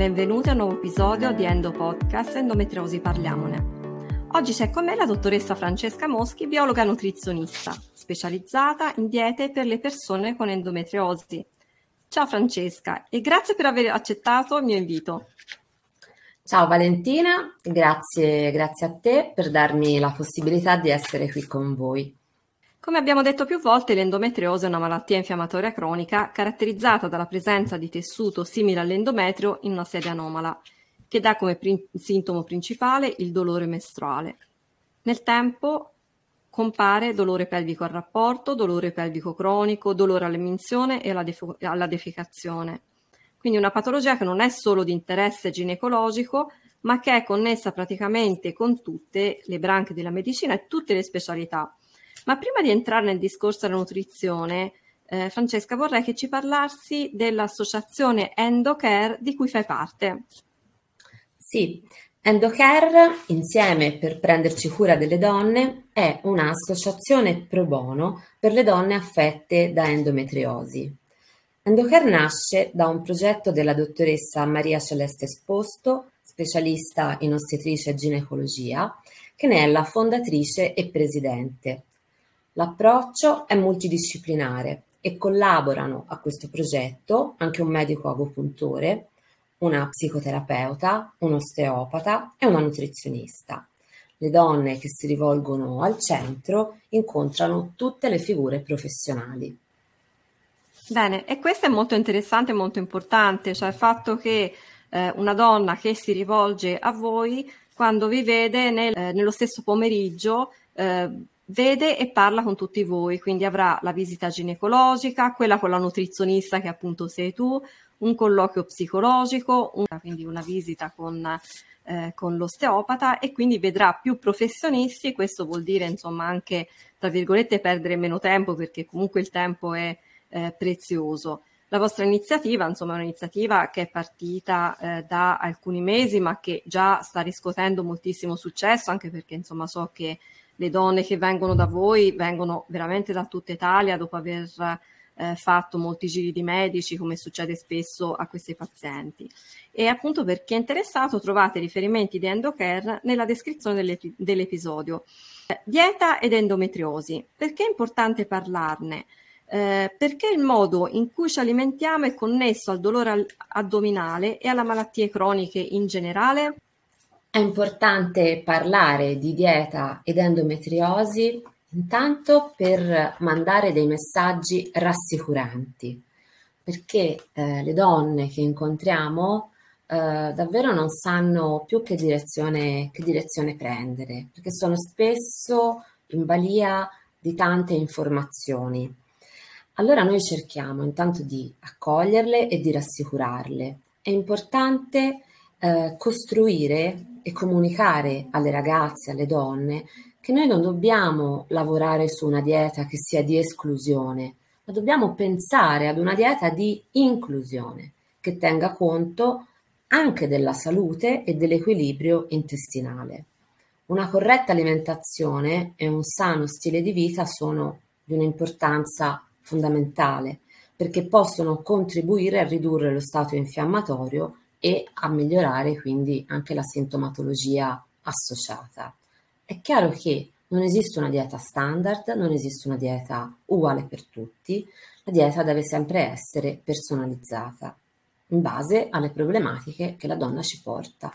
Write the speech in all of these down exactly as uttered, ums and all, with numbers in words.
benvenuti a un nuovo episodio di Endo Podcast Endometriosi Parliamone. Oggi c'è con me la dottoressa Francesca Moschi, biologa nutrizionista, specializzata in diete per le persone con endometriosi. Ciao Francesca e grazie per aver accettato il mio invito. Ciao Valentina, grazie, grazie a te per darmi la possibilità di essere qui con voi. Come abbiamo detto più volte, l'endometriosi è una malattia infiammatoria cronica caratterizzata dalla presenza di tessuto simile all'endometrio in una sede anomala, che dà come prin- sintomo principale il dolore mestruale. Nel tempo compare dolore pelvico al rapporto, dolore pelvico cronico, dolore all'eminzione e alla, defo- alla defecazione. Quindi una patologia che non è solo di interesse ginecologico, ma che è connessa praticamente con tutte le branche della medicina e tutte le specialità. Ma prima di entrare nel discorso della nutrizione, eh, Francesca, vorrei che ci parlassi dell'associazione EndoCare di cui fai parte. Sì, EndoCare, insieme per prenderci cura delle donne, è un'associazione pro bono per le donne affette da endometriosi. EndoCare nasce da un progetto della dottoressa Maria Celeste Esposto, specialista in ostetricia e ginecologia, che ne è la fondatrice e presidente. L'approccio è multidisciplinare e collaborano a questo progetto anche un medico agopuntore, una psicoterapeuta, un osteopata e una nutrizionista. Le donne che si rivolgono al centro incontrano tutte le figure professionali. Bene, e questo è molto interessante e molto importante, cioè il fatto che eh, una donna che si rivolge a voi, quando vi vede nel, eh, nello stesso pomeriggio, eh, vede e parla con tutti voi, quindi avrà la visita ginecologica, quella con la nutrizionista che appunto sei tu, un colloquio psicologico, un, quindi una visita con, eh, con l'osteopata e quindi vedrà più professionisti e questo vuol dire insomma anche tra virgolette perdere meno tempo perché comunque il tempo è eh, prezioso. La vostra iniziativa insomma è un'iniziativa che è partita eh, da alcuni mesi ma che già sta riscuotendo moltissimo successo anche perché insomma so che le donne che vengono da voi vengono veramente da tutta Italia dopo aver eh, fatto molti giri di medici, come succede spesso a questi pazienti. E appunto per chi è interessato trovate riferimenti di EndoCare nella descrizione dell'ep- dell'episodio. Eh, dieta ed endometriosi. Perché è importante parlarne? Eh, perché il modo in cui ci alimentiamo è connesso al dolore al- addominale e alle malattie croniche in generale? È importante parlare di dieta ed endometriosi intanto per mandare dei messaggi rassicuranti, perché eh, le donne che incontriamo eh, davvero non sanno più che direzione, che direzione prendere, perché sono spesso in balia di tante informazioni. Allora noi cerchiamo intanto di accoglierle e di rassicurarle. È importante eh, costruire e comunicare alle ragazze, alle donne, che noi non dobbiamo lavorare su una dieta che sia di esclusione, ma dobbiamo pensare ad una dieta di inclusione, che tenga conto anche della salute e dell'equilibrio intestinale. Una corretta alimentazione e un sano stile di vita sono di un'importanza fondamentale perché possono contribuire a ridurre lo stato infiammatorio e a migliorare quindi anche la sintomatologia associata. È chiaro che non esiste una dieta standard, non esiste una dieta uguale per tutti, la dieta deve sempre essere personalizzata in base alle problematiche che la donna ci porta.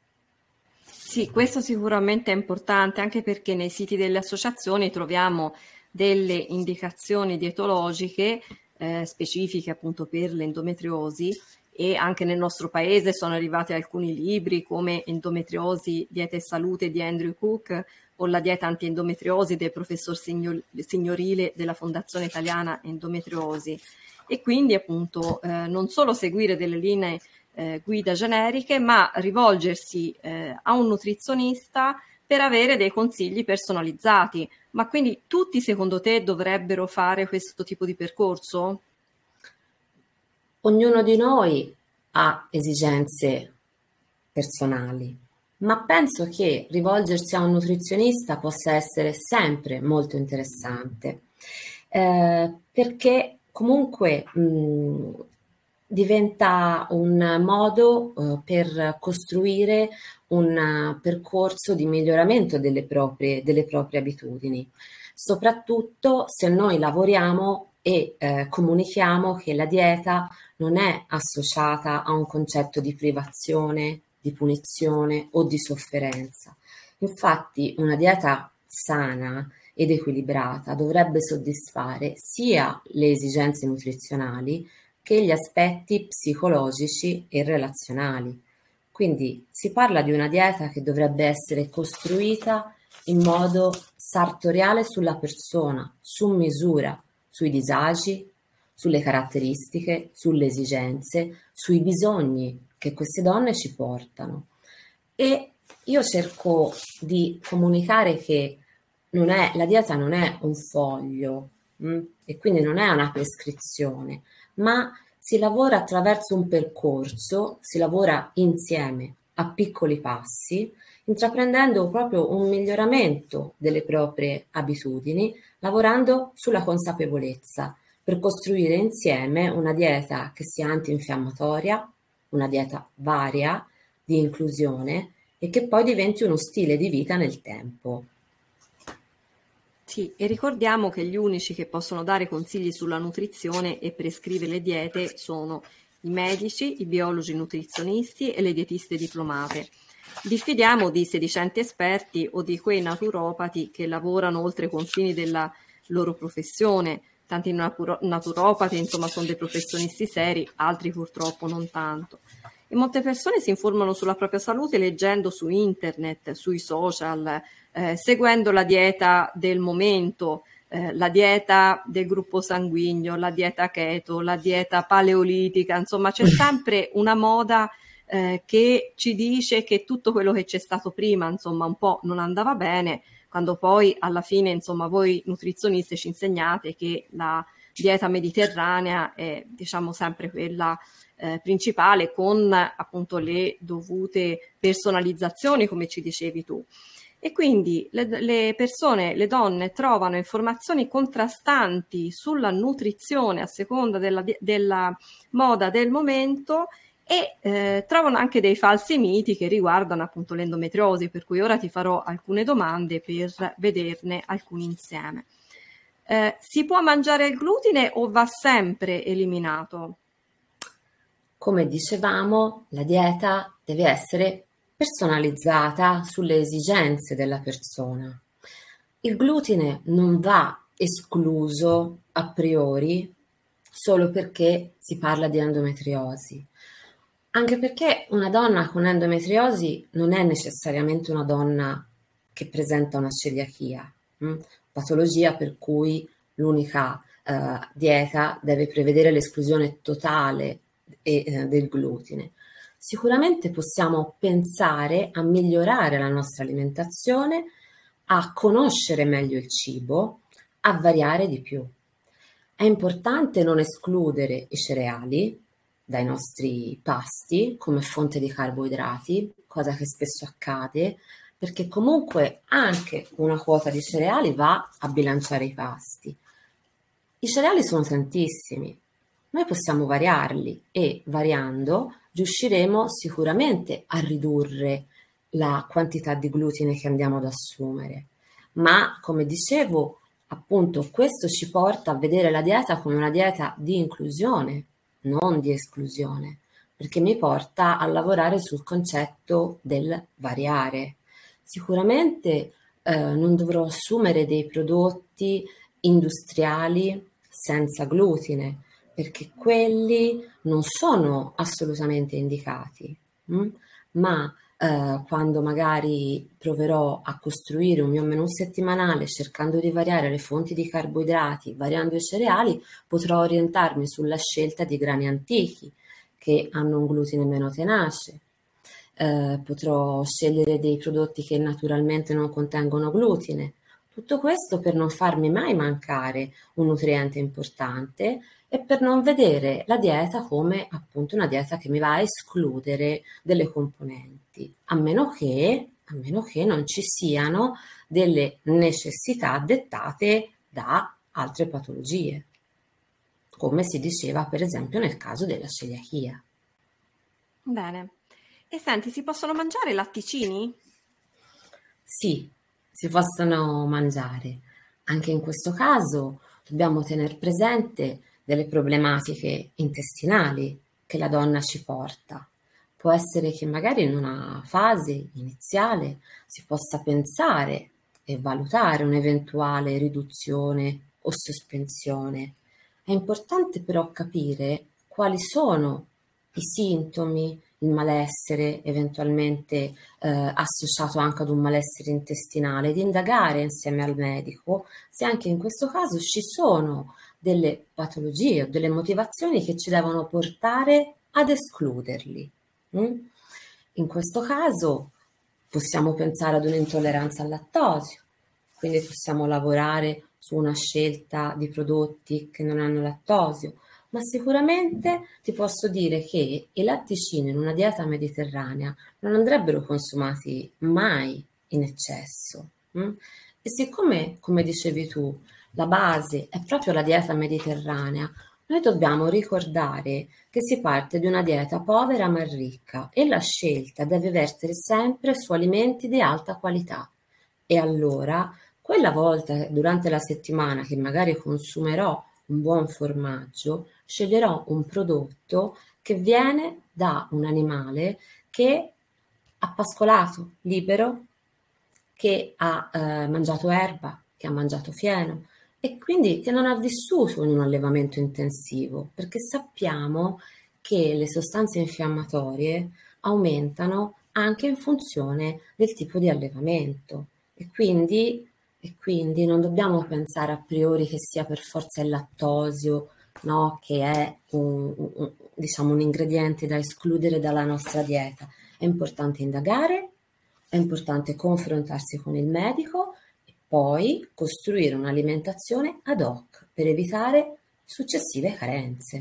Sì, questo sicuramente è importante anche perché nei siti delle associazioni troviamo delle indicazioni dietologiche eh, specifiche appunto per l'endometriosi e anche nel nostro paese sono arrivati alcuni libri come Endometriosi, Dieta e Salute di Andrew Cook o la dieta anti-endometriosi del professor Signor- Signorile della Fondazione Italiana Endometriosi e quindi appunto eh, non solo seguire delle linee eh, guida generiche, ma rivolgersi eh, a un nutrizionista per avere dei consigli personalizzati. Ma quindi tutti secondo te dovrebbero fare questo tipo di percorso? Ognuno di noi ha esigenze personali, ma penso che rivolgersi a un nutrizionista possa essere sempre molto interessante, eh, perché comunque mh, diventa un modo eh, per costruire un eh, percorso di miglioramento delle proprie, delle proprie abitudini, soprattutto se noi lavoriamo e eh, comunichiamo che la dieta non è associata a un concetto di privazione, di punizione o di sofferenza. Infatti, una dieta sana ed equilibrata dovrebbe soddisfare sia le esigenze nutrizionali che gli aspetti psicologici e relazionali. Quindi si parla di una dieta che dovrebbe essere costruita in modo sartoriale sulla persona, su misura, sui disagi, sulle caratteristiche, sulle esigenze, sui bisogni che queste donne ci portano. E io cerco di comunicare che non è, la dieta non è un foglio, mh? E quindi non è una prescrizione, ma si lavora attraverso un percorso, si lavora insieme a piccoli passi, intraprendendo proprio un miglioramento delle proprie abitudini, lavorando sulla consapevolezza per costruire insieme una dieta che sia antinfiammatoria, una dieta varia, di inclusione e che poi diventi uno stile di vita nel tempo. Sì, e ricordiamo che gli unici che possono dare consigli sulla nutrizione e prescrivere le diete sono i medici, i biologi nutrizionisti e le dietiste diplomate. Diffidiamo di sedicenti esperti o di quei naturopati che lavorano oltre i confini della loro professione. Tanti naturo- naturopati, insomma, sono dei professionisti seri, altri purtroppo non tanto. E molte persone si informano sulla propria salute leggendo su internet, sui social, eh, seguendo la dieta del momento, eh, la dieta del gruppo sanguigno, la dieta keto, la dieta paleolitica, insomma c'è sempre una moda eh, che ci dice che tutto quello che c'è stato prima, insomma, un po' non andava bene, quando poi alla fine, insomma, voi nutrizioniste ci insegnate che la dieta mediterranea è, diciamo, sempre quella eh, principale, con appunto le dovute personalizzazioni, come ci dicevi tu. E quindi le, le persone, le donne trovano informazioni contrastanti sulla nutrizione a seconda della, della moda del momento e eh, trovano anche dei falsi miti che riguardano appunto l'endometriosi, per cui ora ti farò alcune domande per vederne alcuni insieme. Eh, si può mangiare il glutine o va sempre eliminato? Come dicevamo, la dieta deve essere personalizzata sulle esigenze della persona. Il glutine non va escluso a priori solo perché si parla di endometriosi. Anche perché una donna con endometriosi non è necessariamente una donna che presenta una celiachia, mh? Patologia per cui l'unica eh, dieta deve prevedere l'esclusione totale e, eh, del glutine. Sicuramente possiamo pensare a migliorare la nostra alimentazione, a conoscere meglio il cibo, a variare di più. È importante non escludere i cereali dai nostri pasti come fonte di carboidrati, cosa che spesso accade, perché comunque anche una quota di cereali va a bilanciare i pasti. I cereali sono tantissimi, noi possiamo variarli e variando riusciremo sicuramente a ridurre la quantità di glutine che andiamo ad assumere. Ma come dicevo, appunto, questo ci porta a vedere la dieta come una dieta di inclusione, non di esclusione, perché mi porta a lavorare sul concetto del variare. Sicuramente eh, non dovrò assumere dei prodotti industriali senza glutine, perché quelli non sono assolutamente indicati, mh? ma eh, quando magari proverò a costruire un mio menù settimanale cercando di variare le fonti di carboidrati, variando i cereali, potrò orientarmi sulla scelta di grani antichi che hanno un glutine meno tenace. Eh, potrò scegliere dei prodotti che naturalmente non contengono glutine. Tutto questo per non farmi mai mancare un nutriente importante e per non vedere la dieta come appunto una dieta che mi va a escludere delle componenti, a meno che, a meno che non ci siano delle necessità dettate da altre patologie. come si diceva per esempio nel caso della celiachia. Bene. E senti, si possono mangiare i latticini? Sì, si possono mangiare. Anche in questo caso dobbiamo tener presente delle problematiche intestinali che la donna ci porta. Può essere che magari in una fase iniziale si possa pensare e valutare un'eventuale riduzione o sospensione. È importante però capire quali sono i sintomi, il malessere eventualmente eh, associato anche ad un malessere intestinale, di indagare insieme al medico se anche in questo caso ci sono delle patologie o delle motivazioni che ci devono portare ad escluderli. Mm? In questo caso possiamo pensare ad un'intolleranza al lattosio, quindi possiamo lavorare su una scelta di prodotti che non hanno lattosio, ma sicuramente ti posso dire che i latticini in una dieta mediterranea non andrebbero consumati mai in eccesso. Mm? E siccome, come dicevi tu, la base è proprio la dieta mediterranea, noi dobbiamo ricordare che si parte di una dieta povera ma ricca e la scelta deve vertere sempre su alimenti di alta qualità. E allora, quella volta durante la settimana che magari consumerò un buon formaggio, sceglierò un prodotto che viene da un animale che ha pascolato libero, che ha eh, mangiato erba, che ha mangiato fieno e quindi che non ha vissuto in un allevamento intensivo, perché sappiamo che le sostanze infiammatorie aumentano anche in funzione del tipo di allevamento e quindi, e quindi non dobbiamo pensare a priori che sia per forza il lattosio, no, che è un, un, diciamo, un ingrediente da escludere dalla nostra dieta. È importante indagare, è importante confrontarsi con il medico e poi costruire un'alimentazione ad hoc per evitare successive carenze.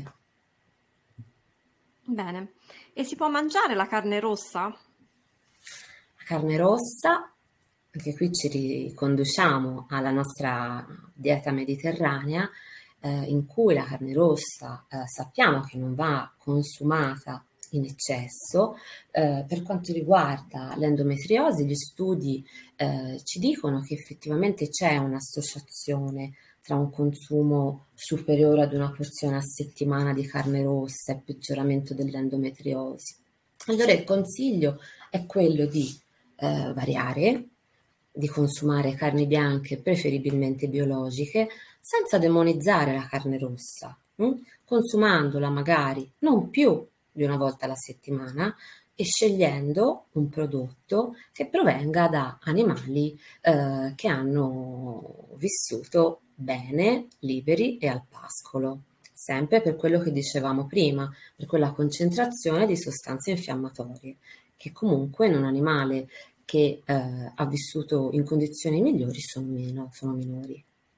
Bene. E si può mangiare la carne rossa? La carne rossa, anche qui ci riconduciamo alla nostra dieta mediterranea, eh, in cui la carne rossa eh, sappiamo che non va consumata in eccesso. Eh, per quanto riguarda l'endometriosi, gli studi eh, ci dicono che effettivamente c'è un'associazione tra un consumo superiore ad una porzione a settimana di carne rossa e peggioramento dell'endometriosi. Allora il consiglio è quello di eh, variare, di consumare carni bianche, preferibilmente biologiche, senza demonizzare la carne rossa, mh? Consumandola magari non più di una volta alla settimana e scegliendo un prodotto che provenga da animali eh, che hanno vissuto bene, liberi e al pascolo. Sempre per quello che dicevamo prima, per quella concentrazione di sostanze infiammatorie, che comunque in un animale che eh, ha vissuto in condizioni migliori sono meno, sono minori.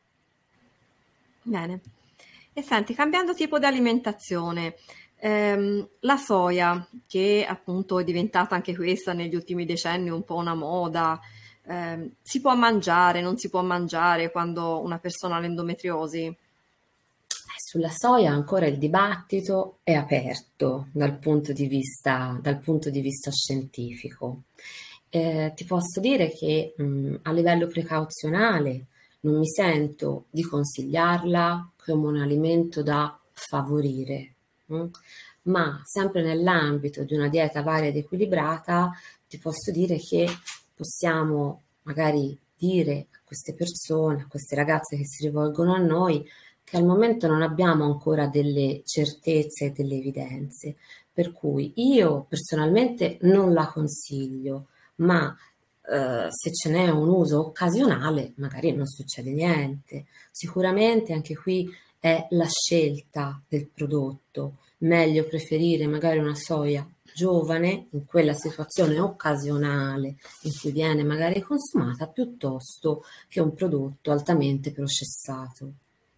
Bene. E senti, cambiando tipo di alimentazione, ehm, la soia, che appunto è diventata anche questa negli ultimi decenni un po' una moda, ehm, si può mangiare, non si può mangiare quando una persona ha l'endometriosi? Sulla soia ancora il dibattito è aperto dal punto di vista, dal punto di vista scientifico. Eh, ti posso dire che mh, a livello precauzionale non mi sento di consigliarla come un alimento da favorire, mh? Ma sempre nell'ambito di una dieta varia ed equilibrata ti posso dire che possiamo magari dire a queste persone, a queste ragazze che si rivolgono a noi, che al momento non abbiamo ancora delle certezze e delle evidenze, per cui io personalmente non la consiglio, ma eh, se ce n'è un uso occasionale magari non succede niente. Sicuramente anche qui è la scelta del prodotto, meglio preferire magari una soia giovane in quella situazione occasionale in cui viene magari consumata piuttosto che un prodotto altamente processato.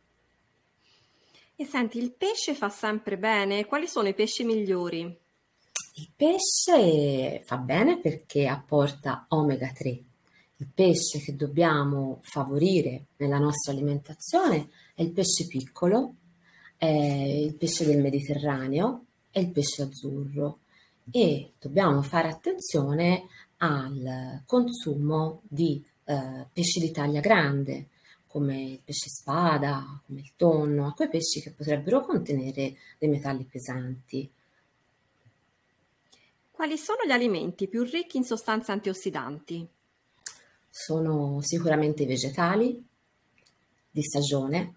E senti, il pesce fa sempre bene? Quali sono i pesci migliori? Il pesce fa bene perché apporta omega tre. Il pesce che dobbiamo favorire nella nostra alimentazione è il pesce piccolo, è il pesce del Mediterraneo e il pesce azzurro, e dobbiamo fare attenzione al consumo di eh, pesci di taglia grande, come il pesce spada, come il tonno, a quei pesci che potrebbero contenere dei metalli pesanti. Quali sono gli alimenti più ricchi in sostanze antiossidanti? Sono sicuramente i vegetali, di stagione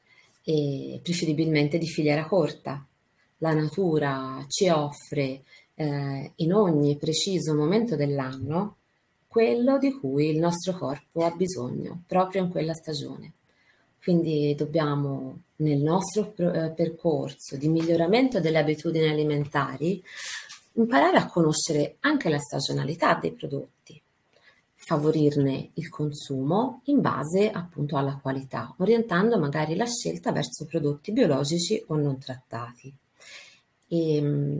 e preferibilmente di filiera corta. La natura ci offre eh, in ogni preciso momento dell'anno quello di cui il nostro corpo ha bisogno, proprio in quella stagione. Quindi dobbiamo, nel nostro pro- eh, percorso di miglioramento delle abitudini alimentari, imparare a conoscere anche la stagionalità dei prodotti, favorirne il consumo in base appunto alla qualità, orientando magari la scelta verso prodotti biologici o non trattati. E,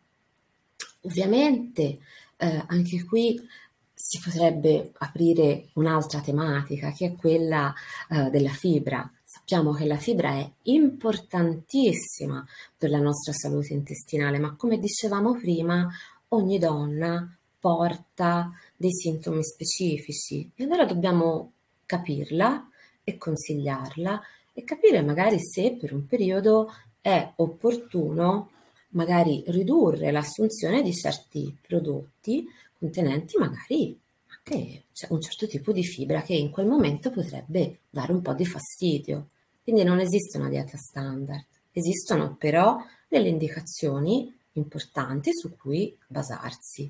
ovviamente eh, anche qui si potrebbe aprire un'altra tematica, che è quella eh, della fibra. Sappiamo che la fibra è importantissima per la nostra salute intestinale, ma come dicevamo prima, ogni donna porta dei sintomi specifici e allora dobbiamo capirla e consigliarla e capire magari se per un periodo è opportuno magari ridurre l'assunzione di certi prodotti contenenti magari anche un certo tipo di fibra che in quel momento potrebbe dare un po' di fastidio. Quindi non esiste una dieta standard, esistono però delle indicazioni importanti su cui basarsi.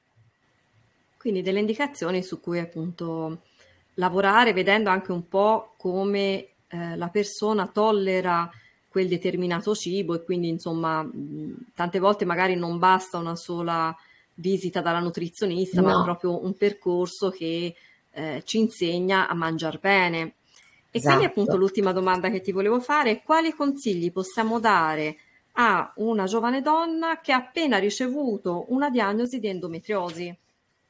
Quindi delle indicazioni su cui appunto lavorare, vedendo anche un po' come eh, la persona tollera quel determinato cibo, e quindi insomma mh, tante volte magari non basta una sola visita dalla nutrizionista, No. ma proprio un percorso che eh, ci insegna a mangiare bene. E Esatto. quindi appunto l'ultima domanda che ti volevo fare è: quali consigli possiamo dare a una giovane donna che ha appena ricevuto una diagnosi di endometriosi?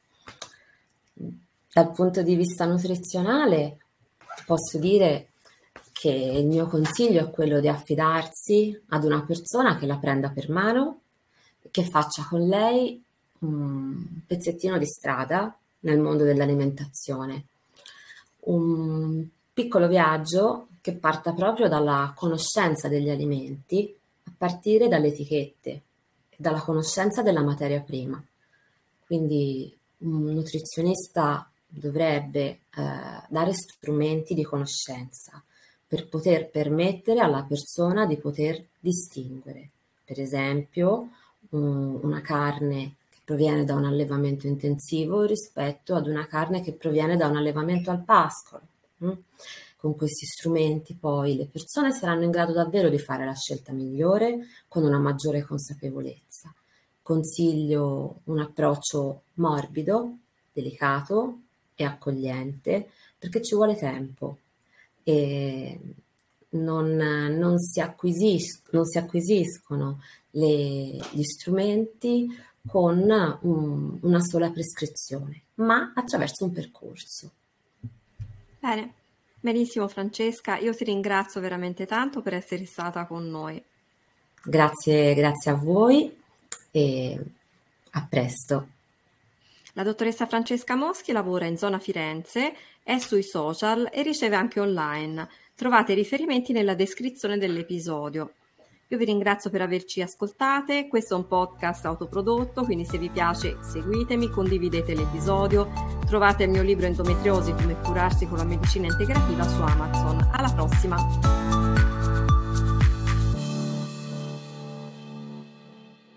Dal punto di vista nutrizionale posso dire che il mio consiglio è quello di affidarsi ad una persona che la prenda per mano e che faccia con lei un pezzettino di strada nel mondo dell'alimentazione, un piccolo viaggio che parta proprio dalla conoscenza degli alimenti, a partire dalle etichette e dalla conoscenza della materia prima. Quindi un nutrizionista dovrebbe eh, dare strumenti di conoscenza per poter permettere alla persona di poter distinguere, per esempio, um, una carne che proviene da un allevamento intensivo rispetto ad una carne che proviene da un allevamento al pascolo. Mm? Con questi strumenti poi le persone saranno in grado davvero di fare la scelta migliore con una maggiore consapevolezza. Consiglio un approccio morbido, delicato e accogliente, perché ci vuole tempo e non, non, si, acquisis- non si acquisiscono le, gli strumenti con un, una sola prescrizione, ma attraverso un percorso. Bene, benissimo Francesca, io ti ringrazio veramente tanto per essere stata con noi. Grazie, grazie a voi e a presto. La dottoressa Francesca Moschi lavora in zona Firenze, è sui social e riceve anche online. Trovate i riferimenti nella descrizione dell'episodio. Io vi ringrazio per averci ascoltate, questo è un podcast autoprodotto, quindi se vi piace seguitemi, condividete l'episodio, trovate il mio libro Endometriosi, come curarsi con la medicina integrativa su Amazon. Alla prossima!